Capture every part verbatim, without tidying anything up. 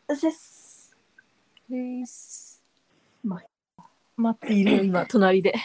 うせっす。 うーす。 ま、待っているよ、今、隣で。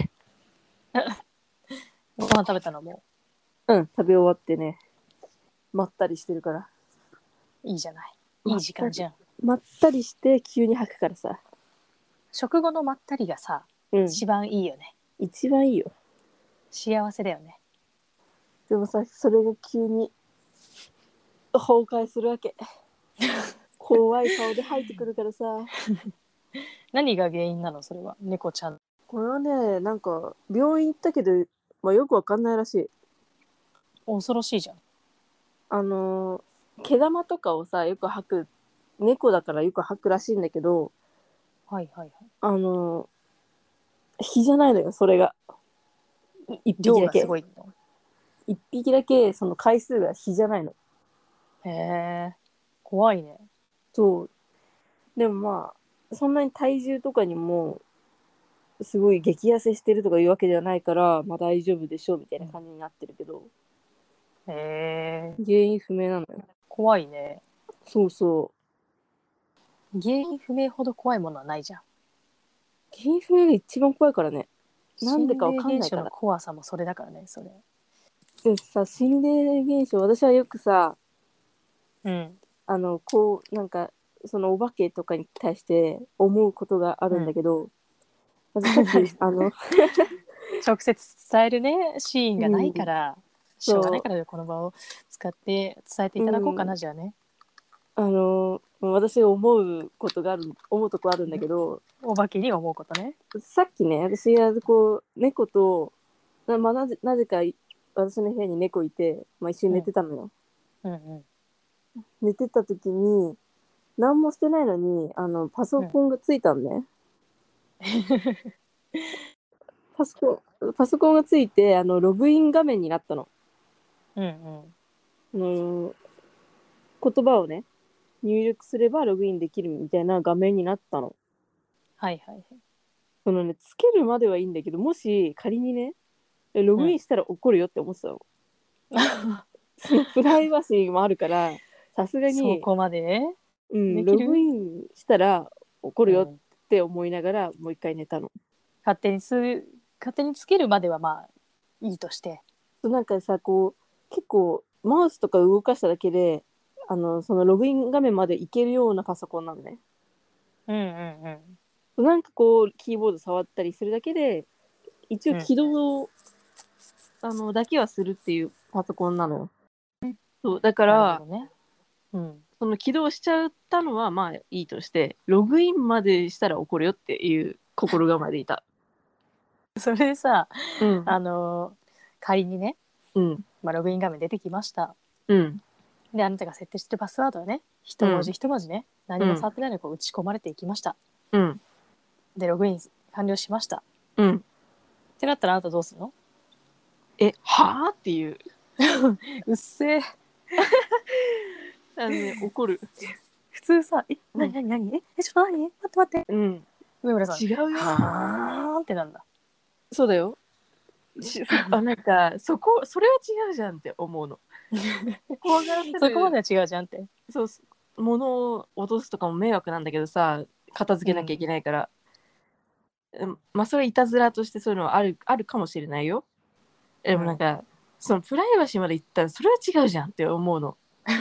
ご飯食べたのもうん、食べ終わってね、まったりしてるから。 いいじゃない。いい時間じゃん。 まったりして急に吐くからさ。 食後のまったりがさ、 うん、 一番いいよね。 一番いいよ。 幸せだよね。 でもさ、それが急に崩壊するわけ。怖い顔で吐いてくるからさ。 何が原因なのそれは。猫ちゃん。 これはね、なんか病院行ったけど、まあ、よくわかんないらしい。 恐ろしいじゃん。 あのー、毛玉とかをさ、よく吐く、猫だからよく吐くらしいんだけど、 はいはいあのー、比じゃないのよ、それが。 はい。 一匹量だけ。 がすごいの。 一匹だけ、その回数が比じゃないの。 へえ。怖いね。 そう。でもまあ、そんなに体重とかにも、すごい激痩せしてるとかいうわけではないから、まあ大丈夫でしょうみたいな感じになってるけど、 へえ。 原因不明なのよ。 怖いね。 そうそう。 原因不明ほど怖いものはないじゃん。 原因不明が一番怖いからね。なんでかわ心かんないから。 霊現象の怖さもそれだからね、それ。 でさ、心霊現象、私はよくさ、 うん。 あの、こう、なんか、そのお化けとかに対して思うことがあるんだけど、私さっき、あの、 直接伝えるね、シーンがないかうん、 ら、しょうがないそからこの場を使って伝えていただこうかな、 うん、 じゃあね。 あの、私が思うことがある、思うとこあるんだけど、 お化けに思うことね。 さっきね、私がこう、猫と、なまあ、なぜ、なぜか私の部屋に猫いて、まあ、一緒に寝てたのよ。 うんうん寝てた時に、何もしてないのに、あの、パソコンがついたんね。パソコン、パソコンがついて、あの、ログイン画面になったの。 うんうんあの、言葉をね、入力すればログインできるみたいな画面になったの。 はいはいはい。 そのね、つけるまではいいんだけど、もし仮にね、ログインしたら怒るよって思ってたの。そのプライバシーもあるから、さすがに、 そこまでね。 うん、 できるログインしたら怒るよっうん、 て思いながら、もう一回寝たの。 勝手にす勝手につけるまではまあいいとして。 そうなんかさ、こう、結構、マウスとか動かしただけで、あの、そのログイン画面までいけるようなパソコンなのね。 うんうんなんかこう、キーボード触ったりするだけで、一応うん。 起動、あの、だけはするっていうパソコンなのよ。そう、だかなるほら、 どね。うん。 その起動しちゃったのはまあいいとして、ログインまでしたら怒るよっていう心構えでいた。 それでさ、 うん。 あの仮にね、 うん。 まあ、ログイン画面出てきました。 うん。 で、あなたが設定してるパスワードはね、一文字うん。 一文字ね、何も触ってないのにこう打ち込まれていきました。 うん。 で、ログイン完了しました。 うん。 ってなったらあなたどうするの？ え、はぁっていう。 うっせー。 あのね、怒る。 普通さ、え、 うん。 なになになに、え、え、ちょっと何、待って待って。 うん。 上村さん、 違うよ。 はーんってなんだ。 そうだよ。しそあ、なんか、そこ、それは違うじゃんって思うの。怖がらせそこまでる、 は違うじゃんって。 そう、物を落とすとかも迷惑なんだけどさ、片付けなきゃいけないから。うん、まあ、それはいたずらとしてそういうのはある、あるかもしれないよ。でもなんか、そのプライバシーまでいったら、それは違うじゃんって思うの。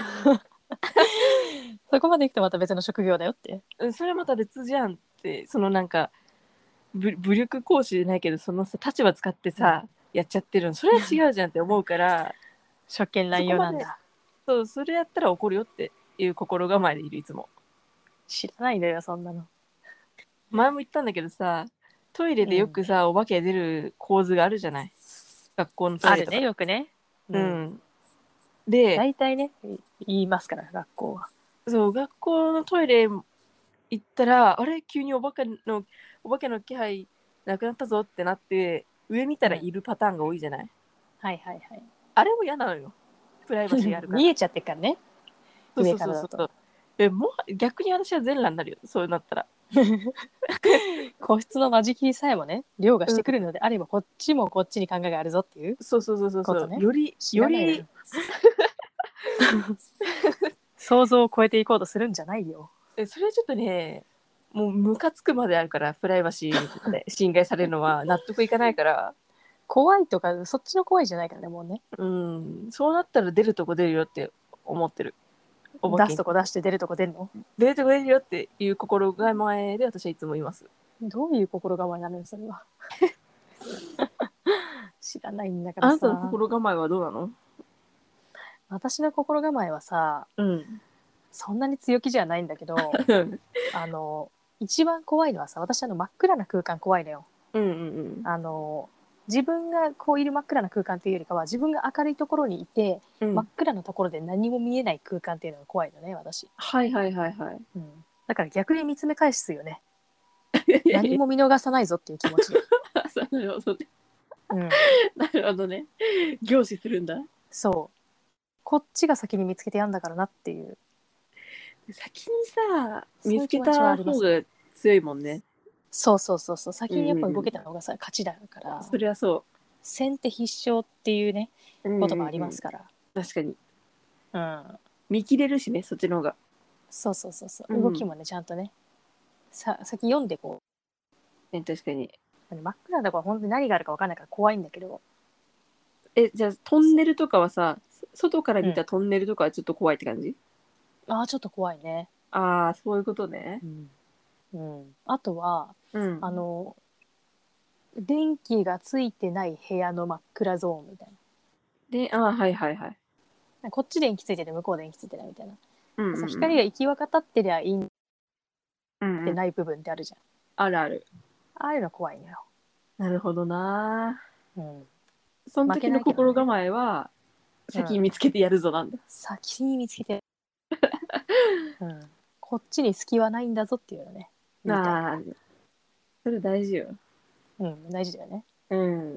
そこまでいくとまた別の職業だよって。 うん、それはまた別じゃんって、そのなんか、ぶ武力行使じゃないけど、そのさ、立場使ってさ、 うん、 やっちゃってるの、それは違うじゃんって思うから、 職権乱そこまで、 用なんだ。 そう、それやったら怒るよっていう心構えでいる、いつも。 知らないんだよ、そんなの。 前も言ったんだけどさ、トイレでようん、 くさ、お化け出る構図があるじゃない。学校のトイあるね、 レとかで。 よくね。ううん。 ん。で、 大体ね、言いますから、学校は。 そう、学校のトイレ行ったら、あれ、急にお化けの、お化けの気配なくなったぞってなって、上見たらいるパターンが多いじゃない。 はいはいはい。 あれも嫌なのよ。プライバシーあるから。 見えちゃってっからね、 そうそう上からだと。 そうそう。え、もう逆に私は全裸になるよ。そうなったら。 個室の間仕切りさえもね、凌駕うん。 してくるのであれば、こっちもこっちに考えがあるぞっていうそうそうそうそうそう。 ことね。 より、 知より、 らないよ。想像を超えていこうとするんじゃないよ。 えそれはちょっとね、もうムカつくまであるから、プライバシーで侵害されるのは納得いかないから、 怖いとかそっちの怖いじゃないからね、もうね。 うん、そうなったら出るとこ出るよって思ってる。お化出すけにとこ出して出るとこ出るの？ 出るとこ出るよっていう心構えで私はいつもいます。 どういう心構えなのよそれは。知らないんだかあなたのらさ。 心構えはどうなの？ 私の心構えはさ、 うん。 そんなに強気じゃないんだけど、あの一番怖いのはさ、私あの真っ暗な空間怖いのよ。 うんうんあの自分がこういる真っ暗な空間っていうよりかは、自分が明るいところにいて、 うん。 真っ暗なところで何も見えない空間っていうのが怖いのね、私。 はいはいはいはい。 うん、だから逆に見つめ返すよね。 いやいやいや何も見逃さないぞっていう気持ちで。 なるほどね。 うん、 なるほどね。凝視するんだ。 そうこっちが先に見つけてやんだからなっていう、 先にさ、 そういう気持ちはあ見つけたりますね。 方が強いもんね。 そうそうそうそう、先にやっぱうんうんうん。 動けた方がさ勝ちだから、 そりゃそ先手必勝っていうねう。うんうん言葉ありうん。 ますから。 確かに。 うん、 見切れるしね、そっちの方が。 そうそうそうそう、動きうん。 もねちゃんとね、さ先読んでこね、確かに。 う、真っ暗なとこは本当に何があるか分かんないから怖いんだけど。 え、じゃあトンネルとかはさ、外から見うん、 たトンネルとかはちょっと怖いって感じ？ ああちょっと怖いね。 ああ、そういうことね。 うん、うん、あとはうん。 あの電気がついてない部屋の真っ暗ゾーンみたいで、ああ、はいはいはい。 な、こっち電気ついてて向こう電気ついてないみたいな、 うんさうんうん。 光が行き渡ってりゃいいんうんうん。 でない部分ってあるじゃん。 あるある。 ああいうの怖いのよ。 なるほどな。 うん、 その負け時の心ないけどね。 構えは、 うん、 先に見つけてやるぞなんだ。 先に見つけて、うん、こっちに隙はないんだぞっていうのね、言いたいかああ、それ大事よ。 ら。うん、大事だよね。 うん。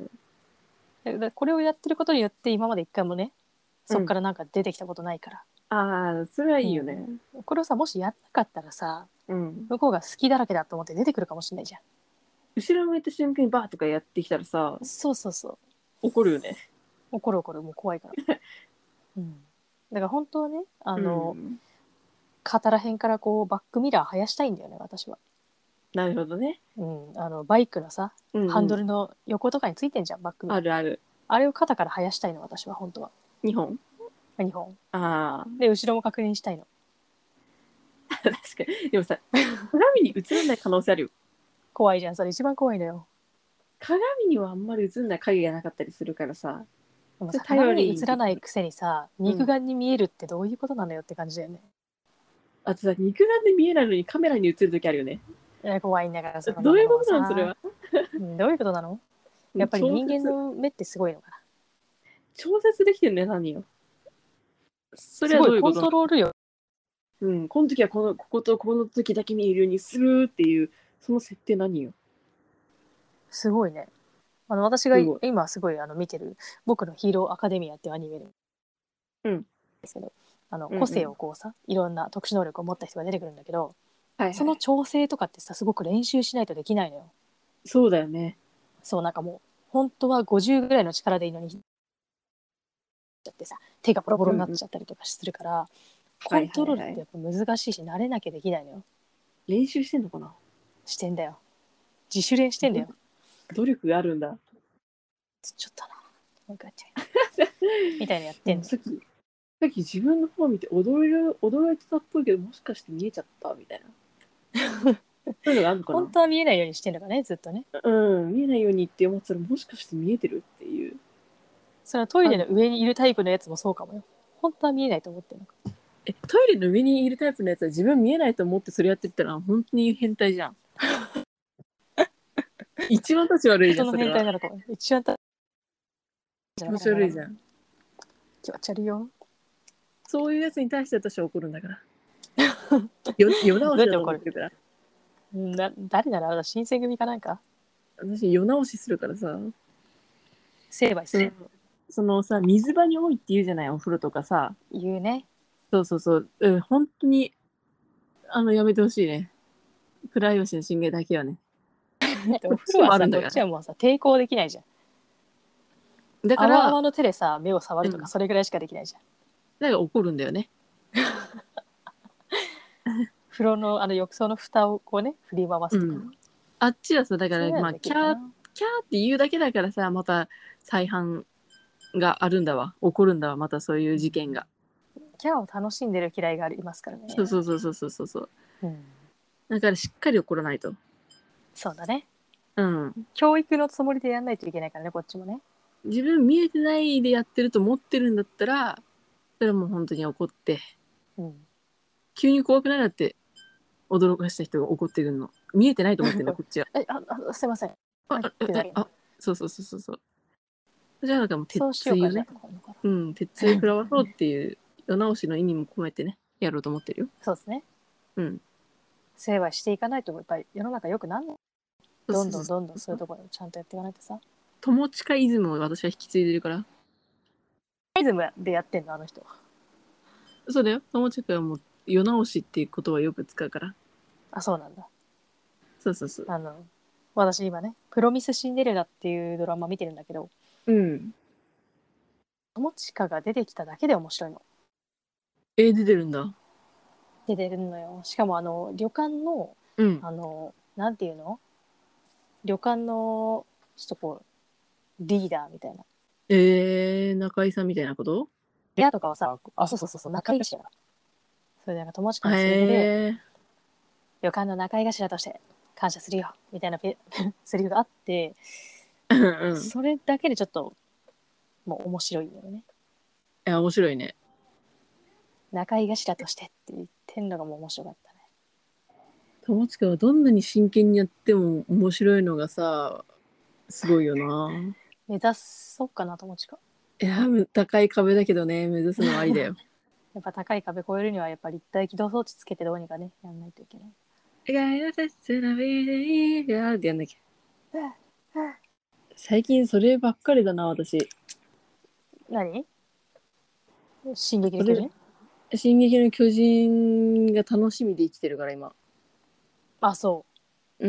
だからこれをやってることによって今まで一回もね、 うん。 そっからなんか出てきたことないから。 ああ、それはいいようね。 ん、これをさもしやんなかったらさ、 うん。 向こうが好きだらけだと思って出てくるかもしれないじゃん。 後ろ向いた瞬間にバーとかやってきたらさ、 そうそうそ怒るよね。 う、怒る怒る、もう怖いから。うん、だから本当はね、あうのん。 肩らへんからこうバックミラー生やしたいんだよね私は。 なるほどね。 うん、あのバイクのさハンドうんうん。 ルの横とかについてんじゃんバックミラー。 あるある。 あれを肩から生やしたいの私は本当は。 にほん。 にほんああ、 で後ろも確認したいの。 確かに。でもさ、鏡に映らない可能性あるよ。 怖いじゃんそれ、一番怖いのよ。 鏡にはあんまり映んない影がなかったりするからさ、 でもさそれ頼鏡に映らりにできる。 ないくせにさうん。 肉眼に見えるってどういうことなのよって感じだよね。 あとさ、肉眼で見えないのにカメラに映るときあるよね。 え怖いんだからそんどういうこなものはとなのそれは。 さ、うん、どういうことなの？やっぱり人間調節、 の目ってすごいのかな。 調節できてるね、何よ。それはすごいコンどういうことなの？ トロールよ。 うん、この時はこの、こことこの時だけ見えるようにするっていう、その設定何よ。 すごいね。あの私がすごい。 今すごいあの見てる僕のヒーローアカデミアっていうアニメでうん。 すけど、あの個性うんうん。 をこうさいろんな特殊能力を持った人が出てくるんだけど、そのはいはい。 調整とかってさすごく練習しないとできないのよ。 そうだよね。 そうなんかもう本当はごじゅうぐらいの力でいいのにちゃってさ手がボロボロになっうんうん。 ちゃったりとかするから、コはいントはいはい。 ロールってやっぱ難しいし慣れなきゃできないのよ。 練習してんのかな？ してんだよ、自主練してんだよ。 努力があるんだ。 ちょっとなもう一回やっちゃうみたいなやってんの。 でもさっき、さっき自分の方見て驚い驚いてたっぽいけど、もしかして見えちゃったみたいな。そういうのがあるのかな？ 本当は見えないようにしてんのかねずっとね。 うん、見えないようにって思ってたら、もしかして見えてるっていう。 そのトイレのあるの？ 上にいるタイプのやつもそうかもよ。本当は見えないと思ってるのか。 え、トイレの上にいるタイプのやつは自分見えないと思ってそれやってったら、本当に変態じゃん。一番立ち悪いじゃん、 人のそれは。 変態なのかも。一番たじゃ気持ちないかな。 悪いじゃん。 気持ち悪いよ。 そういうやつに対して私は怒るんだから。よ世ど直しだとうやって怒る？ 思ってるから。 な誰なら新選組かなんか私、世直しするからさ。 成敗する。 その、そのさ、水場に多いって言うじゃない、お風呂とかさ。 言うね。 そうそうそう。うん、本当に、あの、やめてほしいね。プライバシーの侵害だけはね。 だっておこっちにもある風呂はさ、こっんだからね。 ちはもうさ、抵抗できないじゃん。 だから、 あわあわの手でさ、目を触るとか、 うん。 それぐらいしかできないじゃん。 だから怒るんだよね。 風呂のあの浴槽の蓋をこうね振り回すとか、 うん、あっちはさだからまあキャーキャーって言うだけだからさまた再犯があるんだわ起こるんだわまたそういう事件が。 キャーを楽しんでる嫌いがありますからね。 そうそうそうそうそうそうそう、 うん、 だからしっかり怒らないと。 そうだね。 うん。 教育のつもりでやんないといけないからねこっちもね。 自分見えてないでやってると思ってるんだったらそれはもう本当に怒って、 うん、 急に怖くないなって驚かした人が怒ってるの見えてないと思ってんだこっちは。 えああすいません。 ああああそうそうそうそうそう。じゃあなんかもう鉄槌をね、ううん鉄槌食らわそうっていう世直しの意味も込めてねやろうと思ってるよ。 そうですね。 うん。 成敗していかないとやっぱり世の中良くなんない。どんどんどんどんそういうところちゃんとやっていかないとさ。 友近イズムを私は引き継いでるから。 イズムでやってんのあの人。 そうだよ。友近はもう世直しっていう言葉をよく使うから。 あそうなんだ。 そうそうそう。 あの私今ねプロミスシンデレラっていうドラマ見てるんだけど、 うん。 友近が出てきただけで面白いの。 えー、出てるんだ。 出てるのよ。しかもあの旅館の、 うん。 あのなんていうの旅館のちょっとこうリーダーみたいな。 えー、中井さんみたいなこと？ 部屋とかはさ、あそうそうそうそう中井頭。それでなんか友近のセリフで、 えー、 旅館の中井頭として感謝するよみたいなセリフがあって、 うんうん。いそれだけでちょっともう面白いよね。 や、面白いね。 中井頭としてって言ってんのがもう面白かったね。 友近はどんなに真剣にやっても面白いのがさ、すごいよな。 目指そうかな友近。 いや、高い壁だけどね、目指すのはありだよ。 やっぱ高い壁越えるにはやっぱ立体起動装置つけてどうにかねやんないといけない。 ってやんなきゃ。最近そればっかりだな、私。 何？進撃の巨人？ 進撃の巨人が楽しみで生きてるから、今。 あ、そう。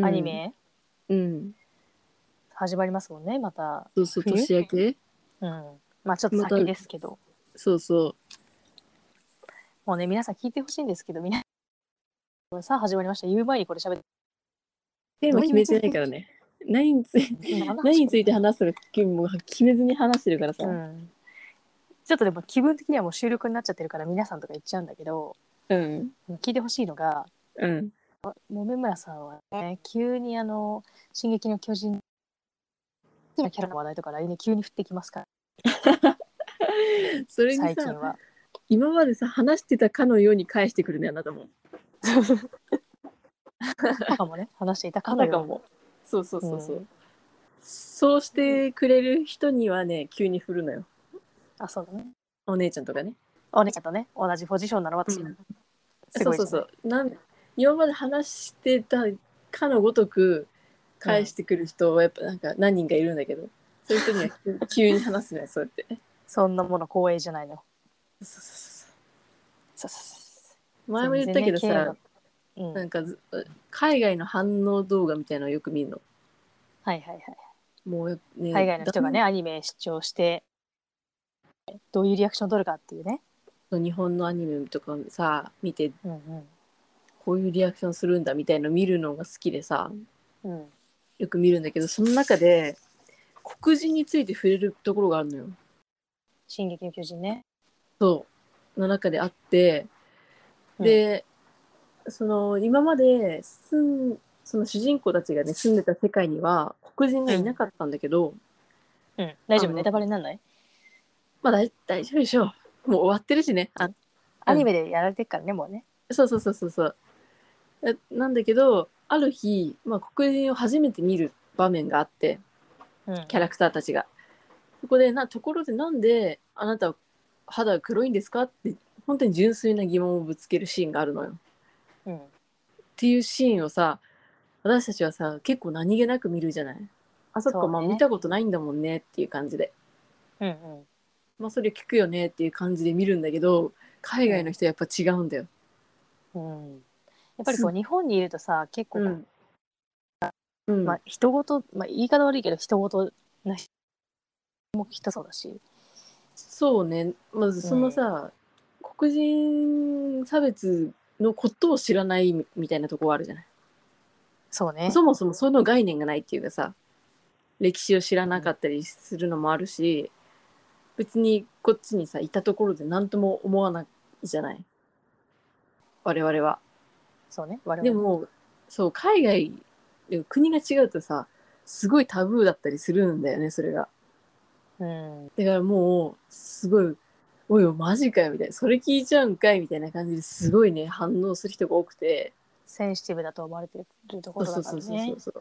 うん、 アニメうん。 始まりますもんね、また。 そうそう、 冬？ 年明けうん。まあちょっとまた、 先ですけど。 そうそう。 もうね、皆さん聞いてほしいんですけど、みんな、さあ始まりました。言う前にこれ喋って。 テーマ決めてないからね。何について、何について話すのか決めずに話してるからさ。 うん。ちょっとでも気分的にはもう収録になっちゃってるから皆さんとか言っちゃうんだけど、 うん。 聞いてほしいのが、 うん。 もめ村さんはね、急にあの、進撃の巨人、好きなキャラの話題とか ライン で急に降ってきますから。 それにさ、 最近は。 今までさ、話してたかのように返してくるね、あなたも。 あかもね、話していたかのように。 そうそうそうそう。うん、そうしてくれる人にはね、急に振るのよ。 あ、そうだね。 お姉ちゃんとかね。 お姉ちゃんとね、同じポジションなの私。うん、 すごいじゃない？そうそうそう。なん今まで話してたかのごとく返してくる人はやっぱなんか何人かいるんだけど、うん、そういう人には急に話すね、そうやって。 そんなもの光栄じゃないの。 そうそうそうそうそうそう。 前も言ったけどさ、 うん、 なんか海外の反応動画みたいなのをよく見るの。 はいはいはい。 もうね、 海外の人がね、アニメ視聴して、どういうリアクションを取るかっていうね。 日本のアニメとかさ、見て、 うんうん、 こういうリアクションするんだみたいなの見るのが好きでさ、 うん、 よく見るんだけど、その中で黒人について触れるところがあるのよ。 進撃の巨人ね。 そうの中であって、で、うん、その今まで住んその主人公たちがね住んでた世界には黒人がいなかったんだけど、 うん、うん、大丈夫？ネタバレになんない？ まあ大大丈夫でしょう。もう終わってるしね。あ、 アニメでやられてるからね、うん、もうね。 そうそうそうそうそう。なんだけどある日、まあ、黒人を初めて見る場面があって、うん、キャラクターたちがそこでなところでなんであなたは肌が黒いんですかって本当に純粋な疑問をぶつけるシーンがあるのよ。うん、っていうシーンをさ私たちはさ結構何気なく見るじゃない。あそっか、ね、まあ見たことないんだもんねっていう感じで、うんうん、まあそれ聞くよねっていう感じで見るんだけど海外の人はやっぱ違うんだよ。うん、 やっぱりこう日本にいるとさ結構、うんうん、 まあ人事、まあ、言い方悪いけど人事な人もきっとそうだし。 そうね、まずそのさ、うん、黒人差別のことを知らないみみたいなところあるじゃない。 そうね。 そもそもその概念がないっていうかさ、歴史を知らなかったりするのもあるし、別にこっちにさいたところで何とも思わないじゃない、我々は。 そうね。我々ね。 でもそう海外で国が違うとさ、すごいタブーだったりするんだよね、それが。 うん。 だからもうすごい、おいおいマジかよみたいな、それ聞いちゃうんかいみたいな感じですごいね反応する人が多くて。 センシティブだと思われてるところだからそうそうそうそうね。 そう、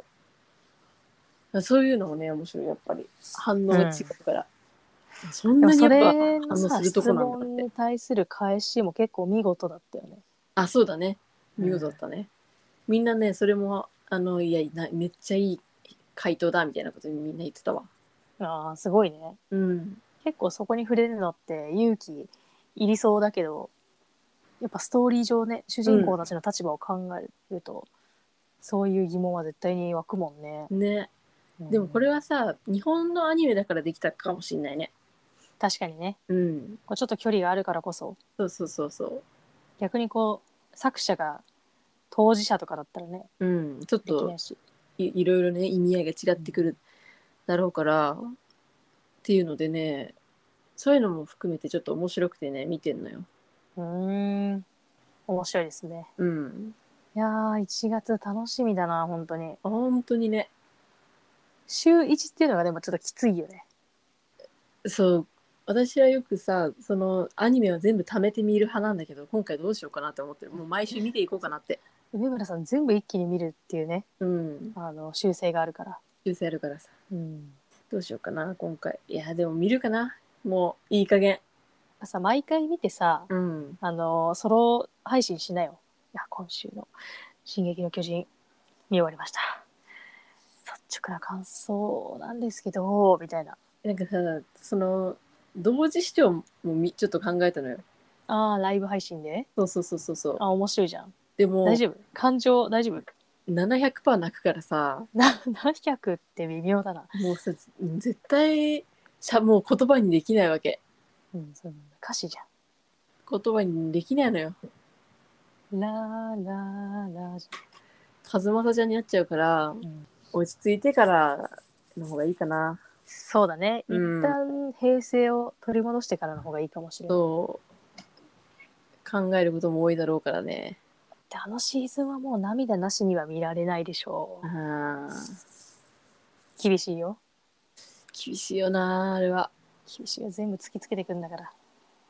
そういうのもね面白い、やっぱり反応が違うから、うん、そんでもそなにやっぱれの反応さ、 するとこ質なんだって。 問に対する返しも結構見事だったよね。 あ、そうだね、見事だうんったね、みんなねそれもあのいやなめっちゃいい回答だみたいなことにみんな言ってたわ。 ああ、すごいね。 うん、 結構そこに触れるのって勇気いりそうだけど、やっぱストーリー上ね、主人公たちの立場を考えると、そういう疑問は絶対に湧くもんね。 ね、 うんでもこれはさ日本のアニメだからできたかもしんないね。 確かにね。 うん、 こうちょっと距離があるからこそ、 そうそうそうそ逆にこう、作者が当事者とかだったらね、 う、うん、ちょっとできないし。 い、いろいろね意味合いが違ってくるだろうから、っていうのでね、そういうのも含めてちょっと面白くてね見てんのよ。 うーん、面白いですね。 うん、 いやー、いちがつ楽しみだな、本当に。 本当にね。 週いちっていうのがでもちょっときついよね。 そう、私はよくさそのアニメは全部貯めて見る派なんだけど、今回どうしようかなって思ってる。もう毎週見ていこうかなって。 梅村さん全部一気に見るっていうね、 うん、 あの、習性があるから。 修正あるからさ、 うん。 どうしようかな今回。いやでも見るかな、もういい加減。 さ、毎回見てさ、 うん、 あの、ソロ配信しなよ。いや、今週の進撃の巨人見終わりました。率直な感想なんですけど、みたいな。 なんかさその同時視聴もみちょっと考えたのよ。 ああ、ライブ配信でそうそうそうそうそう。 あ、面白いじゃん。 でも大丈夫感情大丈夫ななひゃくパーセント泣くからさ、 な、何百って微妙だな。 もうさ絶対しゃもう言葉にできないわけ。 うん、その歌詞じゃ言葉にできないのよ。 ん。ラーラーラーじ和正ちゃんになっちゃうから、 ゃん。うん、 落ち着いてからの方がいいかな。 そうだね。一うん、 旦平静を取り戻してからの方がいいかもしれない。 そう考えることも多いだろうからね。 で、あのシーズンはもう涙なしには見られないでしょあう。 ー厳しいよ。 厳しいよなあれは。 厳しいよ。全部突きつけてくんだから。 だ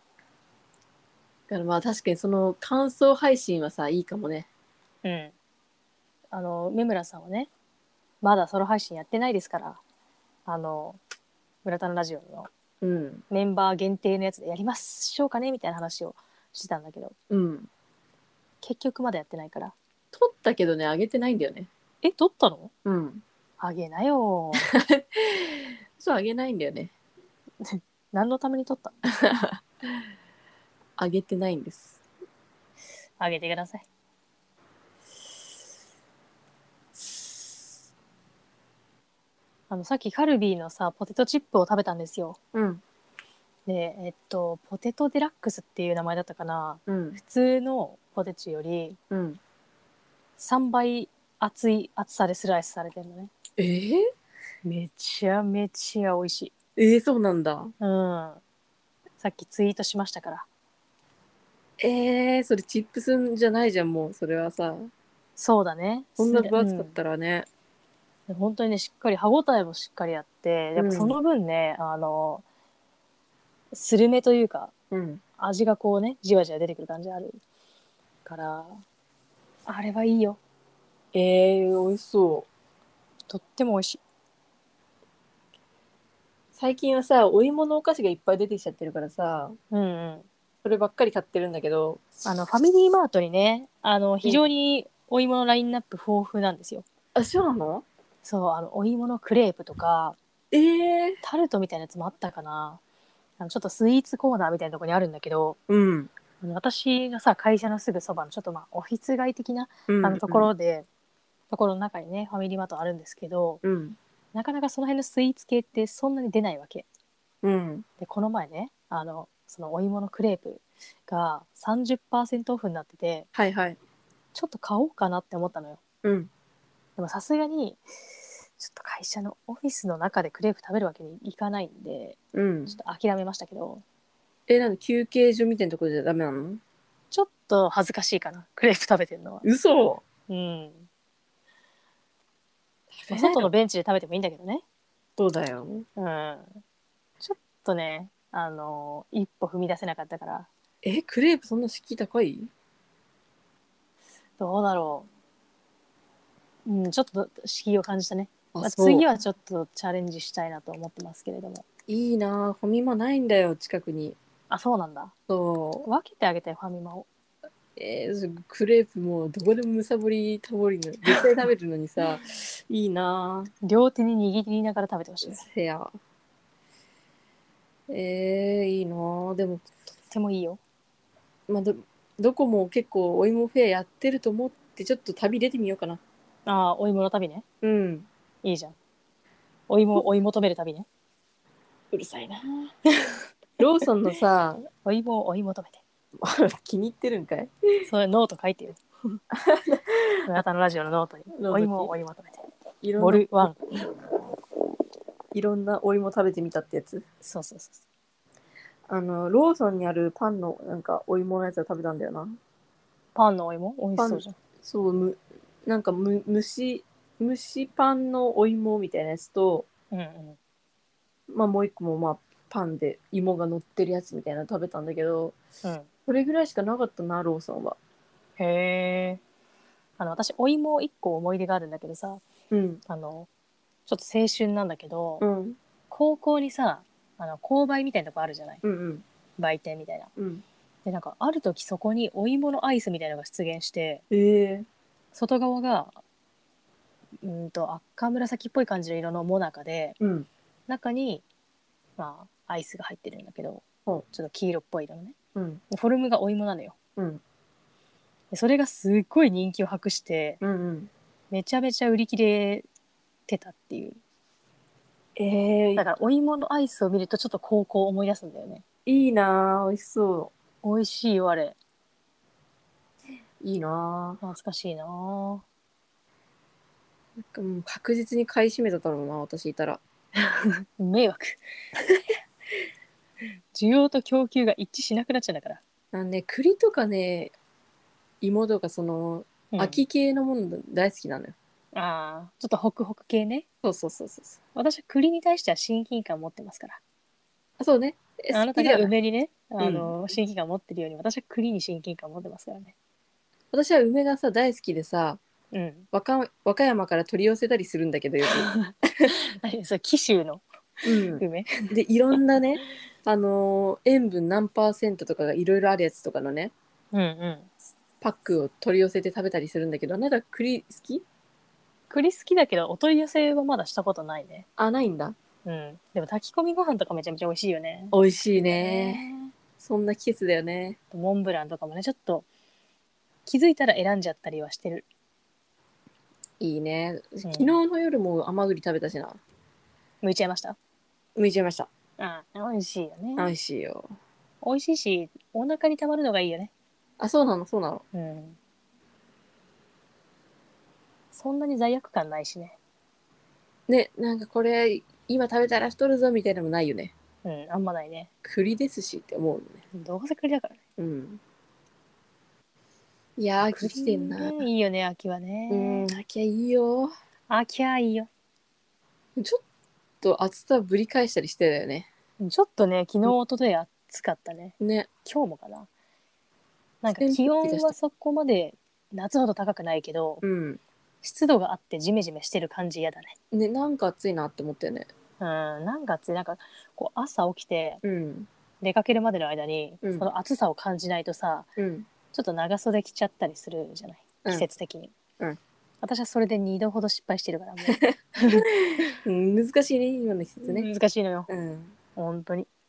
からまあ確かにその感想配信はさいいかもね。 うん。あの、梅村さんはね、まだソロ配信やってないですから、あの、村田のラジオのうん、 メンバー限定のやつでやりましょうかねみたいな話をしてたんだけど、 うん。 結局まだやってないから。 撮ったけどね、あげてないんだよね。 え、撮ったのうん。 あげなよ。 そう、あげないんだよね。 何のために撮ったのあげてないんです。 あげてください。あの、さっきカルビーのさ、ポテトチップを食べたんですよ。 うん、 で、えっと、ポテトデラックスっていう名前だったかな。 うん、 普通のポテチよりうん。 さんばい厚い厚さでスライスされてるのね。 えー、 めちゃめちゃ美味しい。 えー、そうなんだ。 うん。さっきツイートしましたから。 えー、それチップスじゃないじゃん、もう、それはさ。 そうだね。 こんなす分厚かったらね。 うん、本当にね、しっかり、歯ごたえもしっかりあって、やっぱその分ね、あの、スルメというか、 うん。 味がこうね、じわじわ出てくる感じあるから、あれはいいよ。 えー、美味しそう。 とっても美味しい。 最近はさ、お芋のお菓子がいっぱい出てきちゃってるからさ、 うんうん。 そればっかり買ってるんだけど。 あの、ファミリーマートにね、あの、非常にお芋のラインナップ豊富なんですよ。 あ、そうなの？ そう、あの、お芋のクレープとか、 えー、 タルトみたいなやつもあったかな。あのちょっとスイーツコーナーみたいなところにあるんだけど、 うん。 あの私がさ、会社のすぐそばのちょっとまあ、オフィス街的な、 うん。 あのところで、ところの中にね、ファミリーマートあるんですけど、 うん。 なかなかその辺のスイーツ系ってそんなに出ないわけ。 うん。 で、この前ね、あの、 そのお芋のクレープが さんじゅっパーセント オフになってて、 はいはい。 ちょっと買おうかなって思ったのよ。 うん。 でもさすがにちょっと会社のオフィスの中でクレープ食べるわけにいかないんで、 うんちょっと諦めましたけど、 え、なんで休憩所みたいなところじゃダメなの？ ちょっと恥ずかしいかな、クレープ食べてるのは。 嘘。 うん。まあ、 食べなよ。 外のベンチで食べてもいいんだけどね。 そうだよ。 うん。ちょっとね、あの一歩踏み出せなかったから、 え、クレープそんな敷居高い？ どうだろう。うん、ちょっと敷居を感じたね。まあ、 あ、そう。 次はちょっとチャレンジしたいなと思ってますけれども。 いいなぁ。ファミマないんだよ、近くに。 あ、そうなんだ。 そう。 分けてあげて、ファミマを。 えークレープもうどこでもむさぼりたぼりの、絶対食べるのにさ、いいなぁ。 両手に握りながら食べてほしい。 せや。えー、いいなぁ。でも、 とってもいいよ。 まあ、ど、どこも結構お芋フェアやってると思って、ちょっと旅出てみようかな。 ああ、お芋の旅ね。 うん。 いいじゃん。お芋を追い求める旅ね。 うるさいなぁ。ローソンのさ、 お芋を追い求めて。 気に入ってるんかい？ そういうノート書いてよ。あなたのラジオのノートに。 ノートにお芋を追い求めて。 いろんな、 ボルワン。 いろんなお芋食べてみたってやつ。 そうそうそう。 あの、ローソンにあるパンのなんかお芋のやつを食べたんだよな。 パンのお芋美味しパン、 そうじゃん。 そう、む、なんかむ、蒸し、蒸しパンのお芋みたいなやつと、 うんうん。 まあもう一個もまあパンで芋が乗ってるやつみたいなの食べたんだけど、 うん。 それぐらいしかなかったな、ローソンは。 へえ。あの、私、お芋一個思い出があるんだけどさ、 うん。 あの、ちょっと青春なんだけど、 うん。 高校にさ、あの、購買みたいなとこあるじゃない、 うんうん。 売店みたいな。 うん。 で、なんか、ある時そこにお芋のアイスみたいなのが出現して、 ええ外側が、うんと、赤紫っぽい感じの色のモナカで、 うん。 中に、まあ、アイスが入ってるんだけど、 ほちょっと黄色っぽい色のね。 う。うん。 でフォルムがお芋なのよ。 うん。 でそれがすっごい人気を博して、 うんうん。 めちゃめちゃ売り切れてたっていう。 ええだからお芋のアイスを見るとちょっと高校を思い出すんだよね。 いいなぁ。美味しそ美味しいよ、あれ。 う。いいなぁ。 懐かしいなぁ。 なんかもう確実に買い占めただろうな、私いたら。 迷惑。需要と供給が一致しなくなっちゃうんだから。 なんで、栗とかね、芋とかその、 うん、 秋系のもの大好きなのよ。 ああ、ちょっとホクホク系ね。 そうそうそうそう。 私は栗に対しては親近感持ってますから。 あ、そうね。え、好あなたがきだよね。 梅にね、あうん。 の、親近感持ってるように、私は栗に親近感持ってますからね。 私は梅がさ、大好きでさ、 うん。 和歌、和歌山から取り寄せたりするんだけど、よく。 何それ、紀州のうん。 梅。 で、いろんなね、あのー塩分何パーセントとかがいろいろあるやつとかのね、 うんうん。 パックを取り寄せて食べたりするんだけど、なんか栗好き？ 栗好きだけど、お取り寄せはまだしたことないね。 あ、ないんだ。 うん。でも炊き込みご飯とかめちゃめちゃ美味しいよね。 美味しいね。 ねそんな季節だよね。 モンブランとかもね、ちょっと気づいたら選んじゃったりはしてる。 いいね。 うん。 昨日の夜も甘栗食べたしな。 向いちゃいました。 剥いちゃいました。 ああ、美味しいよ美味ね。 しいよ。 美味しいし、お腹にたまるのがいいよね。 あ、そうなの、そうなの。 うん。そんなに罪悪感ないしね。 ね、なんかこれ、今食べたら太るぞみたいなのもないよね。 うん、あんまないね。 栗ですしって思うのね。 どうせ栗だからね。 うん。いやー、秋来てんな。 栗ね、いいよね、秋はうね。 ん、秋はいいよ。 秋はいいよ。 ちょっと暑さぶり返したりしてたよね。 ちょっとね、昨日、一昨日暑かったね。 ね。 今日もかな。なんか扇気風機出した。 温はそこまで夏ほど高くないけど、 うん。 湿度があってジメジメしてる感じ嫌だね。 ね、なんか暑いなって思ったよね。 うん、なんか暑い。なんかこう朝起きてうん。 出かけるまでの間に、 うんその暑さを感じないとさ、 うん。 ちょっと長袖着ちゃったりするじゃない。季うん。 節的に。 うん。 私はそれでにどほど失敗してるからもうん、難しいね、今の季節ね。 う難しいのよ。 うん。 本当に。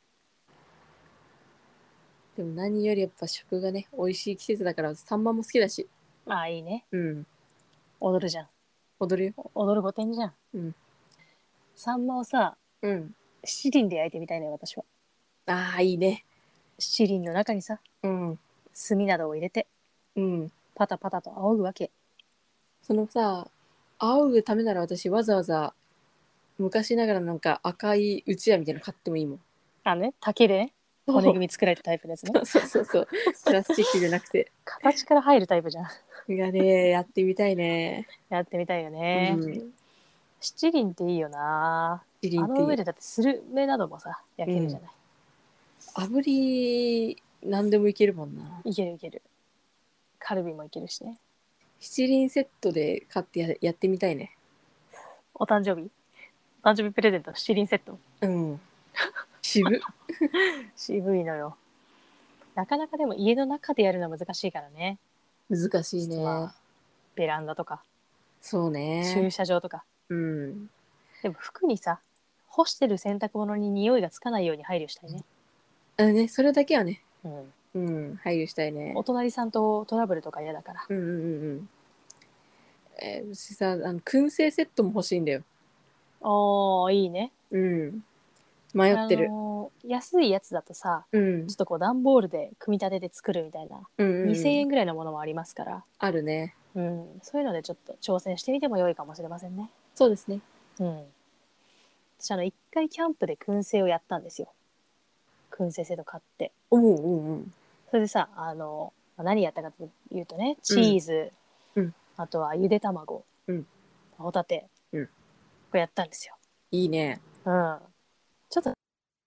でも何よりやっぱ食がね、美味しい季節だからサンマも好きだし。 ああ、いいね。 うん。 踊るじゃん。 踊るよ。 踊る御殿じゃん。 うん。 サンマをさ、 うん。 七輪で焼いてみたいのよ、私は。 ああ、いいね。 七輪の中にさ、 うん炭などを入れてうんパタパタと仰ぐわけ。 そのさ仰ぐためなら私わざわざ昔ながらなんか赤いうちわみたいなの買ってもいいもん。 あのね、竹でね、骨組み作られたタイプのやつね。 そうそうそうプラスチックじゃなくて。 形から入るタイプじゃん。 がねやってみたいね。 やってみたいようね。 ん七輪っていいよな。あ七輪っていいよ。 の上でだってスルメなどもさ、焼けるじゃない。 炙り何でもいけるもんな。 いけるいける。カルビもいけるしね。 七輪セットで買ってややってみたいね。 お誕生日お誕生日プレゼントの七輪セット。 うん渋。 渋いのよ。なかなかでも家の中でやるのは難しいからね。 難しいね。 まあベランダとかそう駐ね。 車場とか。 うんでも服にさ、干してる洗濯物に匂いがつかないように配慮したいね。 あのねそれだけはね。 うん。 うん配慮したいね。 お隣さんとトラブルとか嫌だから。 うんうんうんうんえー、私さあの燻製セットも欲しいんだよ。 おー、いいね。 うん迷ってる。 あのー安いやつだとさ、 うんちょっとこう段ボールで組み立てて作るみたいな、 うんうんうんにせんえんぐらいのものもありますから、 あるね。 うん、そういうのでちょっと挑戦してみても良いかもしれませんね。 そうですね。 うん。私あの一回キャンプで燻製をやったんですよ。燻製セット買って。 おうおうおうそれでさ、あの何やったかというとね、チーズ、 うんあとはゆで卵、 うんホタテ、 うんこれやったんですよ。 いいね。 うん。ちょっと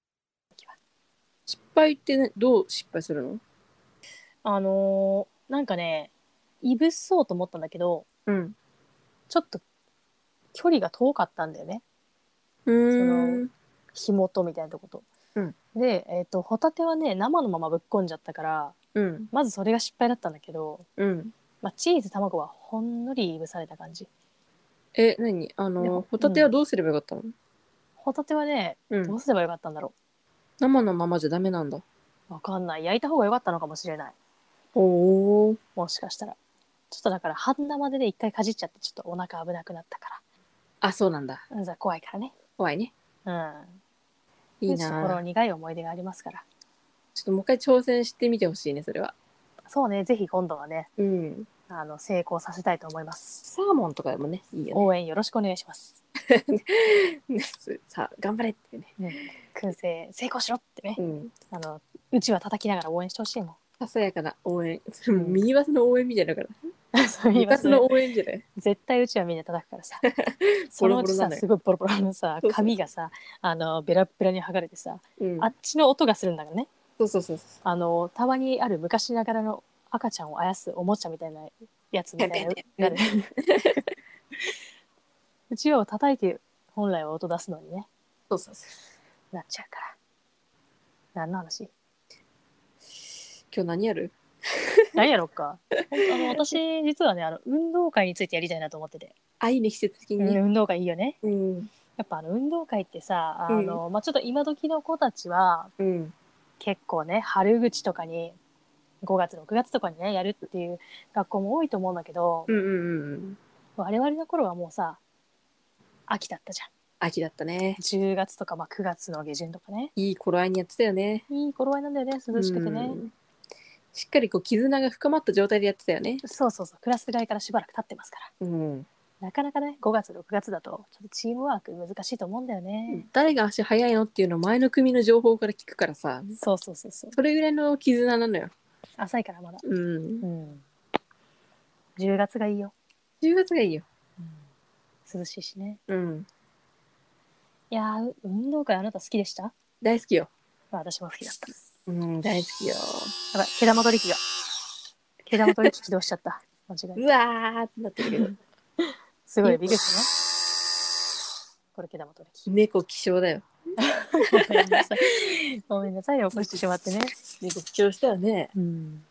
失敗ってねどう失敗するの？ あのーなんかね、いぶそうと思ったんだけど、 うんちょっと距離が遠かったんだよね。 うそのーん火元みたいなとこと。 うんで、えっ、と、ホタテはね、生のままぶっこんじゃったから、 うんまずそれが失敗だったんだけど、 うんまあ、チーズ、卵はほんのりいぶされた感じ。 え何あでのホタテはどうすればよかったの？ ホタテはね、 うんどうすればよかったんだろ生のままじゃダメなんだ。 う。わかんない。焼いた方がよかったのかもしれない。 おおもしかしたら。ちょっとだから半生でね、一回かじっちゃって、ちょっとお腹危なくなったかあそうなんだ。 ら。うん、怖いからね。 怖いね。 うん。 いいちょっとこのな。 苦い思い出がありますから。 ちょっともう一回挑戦してみてほしいねそれは。 そうね、ぜひ今度はね、 うんあの、成功させたいと思います。 サーモンとかでもねいいよね。 応援よろしくお願いします。 さあ頑張れっていうね。 うん。燻製成功しろってねう。んあの、うちは叩きながら応援してほしいもん。 ささやかな応援。それもミニバスの応援みたいだから。 そう言いますね部活の。応援じゃない？ 絶対うちはみんな叩くからさ。そボのうちさ、 ロボロなのよ。 すごいボロボロのさそうそう、そう髪がさ、あの、ベラッベラに剥がれてさ、 うんあっちの音がするんだからね。 そうそうそうそあの、たまにある昔ながらの赤ちゃんをあやすおもちゃみたいなやつみたいな。 ペペなるうちわを叩いて本来は音出すのにね、 うそうそう。 なっちゃうから。何の話？ 今日何やる？ 何やろっか。ほんとあの、私、実はね、あの、運動会についてやりたいなと思ってて。 あいいね季節的にね。 うん、運動会いいよね。 うんやっぱあの、運動会ってさ、あうんの、まあ、ちょっと今時の子たちは、 うん結構ね、春口とかに、ごがつ、ろくがつとかにね、やるっていう学校も多いと思うんだけど、 うんうんうん我々の頃はもうさ、秋だったじゃん。 秋だったね。 じゅうがつとか、まあ、くがつの下旬とかね。 いい頃合いにやってたよね。 いい頃合いなんだよね、涼しくてね。 うんしっかりこう絆が深まった状態でやってたよね。 そうそうそう、クラス替えからしばらく経ってますから。 うんなかなかね、ごがつ、ろくがつだと、ちょっとチームワーク難しいと思うんだよね。 誰が足速いのっていうのを前の組の情報から聞くからさ、 そうそうそうそう。 それぐらいの絆なのよ。 浅いからまだ。 うんうん。じゅうがつがいいよ。 じゅうがつがいいよ。 涼しいしね。 うんいやー、う運動会あなた好きでした？ 大好きよ。 私も好きだった。 うん大好きよ。 やばい、毛玉取り機が。毛玉取り機起動しちゃった。間違えた。 うわーってなってるけどすごいびっくりしたね。これ毛玉取り機。 猫希少だよ。 ごめんなさい。ごめんなさい、起こしてしまってね。 猫希少したよね。 うん。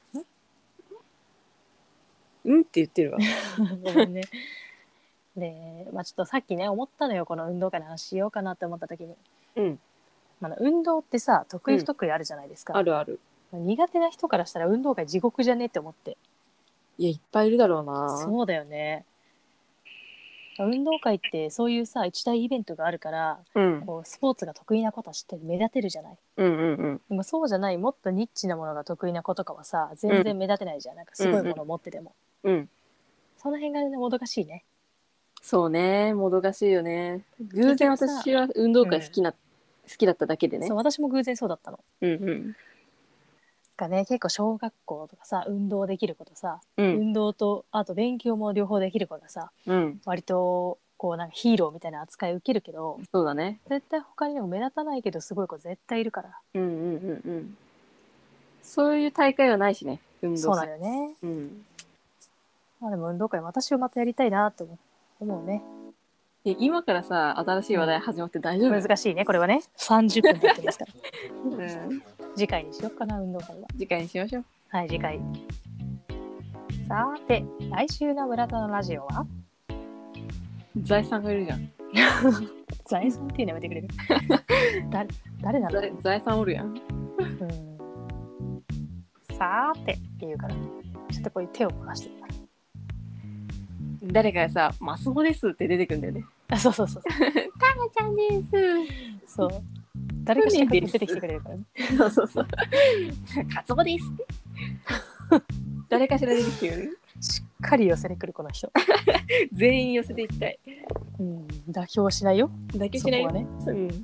うんって言ってるわ。 ごめんね。で、まあちょっとさっきね、思ったのよ。この運動会の話しようかなって思った時に。 うんまあ、運動ってさ、得意不得意あるじゃないですか。 あるある。 苦手な人からしたら運動会地獄じゃねって思って。 いやいっぱいいるだろうな。 そうだよね。 運動会ってそういうさ一大イベントがあるから、 うんこうスポーツが得意な子たちって目立てるじゃない。 うんうんうんでもそうじゃないもっとニッチなものが得意な子とかはさ全然目立てないじゃん、なんかすごいもの持ってても、 うんその辺がねもどかしいね。 そうね、もどかしいよね。偶然結局さ私は運動会好きな、好きだっただけでね。 そう私も偶然そうだったのうんうんがね、結構小学校とかさ運動できる子とさ、 うん運動とあと勉強も両方できる子がさうん割とこうなんかヒーローみたいな扱い受けるけど、 そうだね。 絶対他にも目立たないけどすごい子絶対いるから。 うんうんうんうん。そういう大会はないしね、運動会。 そうなんだよね。 うん。 まあでも運動会私はまたやりたいなって思うね。 で今からさ、新しい話題始まって大丈夫？ 難しいねこれはね。さんじゅっぷん経ってますからうん。 次回にしよっかな運動会は。 次回にしましょう。 はい次回。さて来週の村田のラジオは財産がいるじゃん。 財産っていうのやめてくれる誰誰なの？ 財財産おるやん。 うんさーてって言うからちょっとこういう手を回してるから誰かがさ、マスボですって出てくんだよね。 あそうそうそうそうタマちゃんです。 そう誰かしら出てきてくれるからね。 そうそうそう。カツボですって。誰かしら出てきてる。 しっかり寄せてくるこの人。 全員寄せていきたい。 うん妥協しないよ。 だけしないよ。 そこはね。 うん。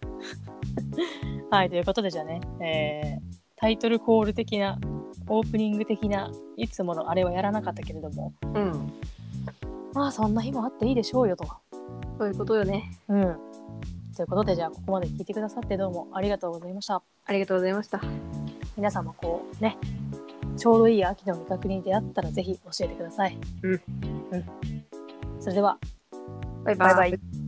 はいということでじゃあね、えー、タイトルコール的なオープニング的ないつものあれはやらなかったけれども、 うん。 まあそんな日もあっていいでしょうよと。 そういうことよね。 うんということでじゃあここまで聞いてくださってどうもありがとうございました。 ありがとうございました。 皆さんもこうねちょうどいい秋の味覚に出会ったらぜひ教えてください。 うん。 うん。それではバイバイ。 バイバイ。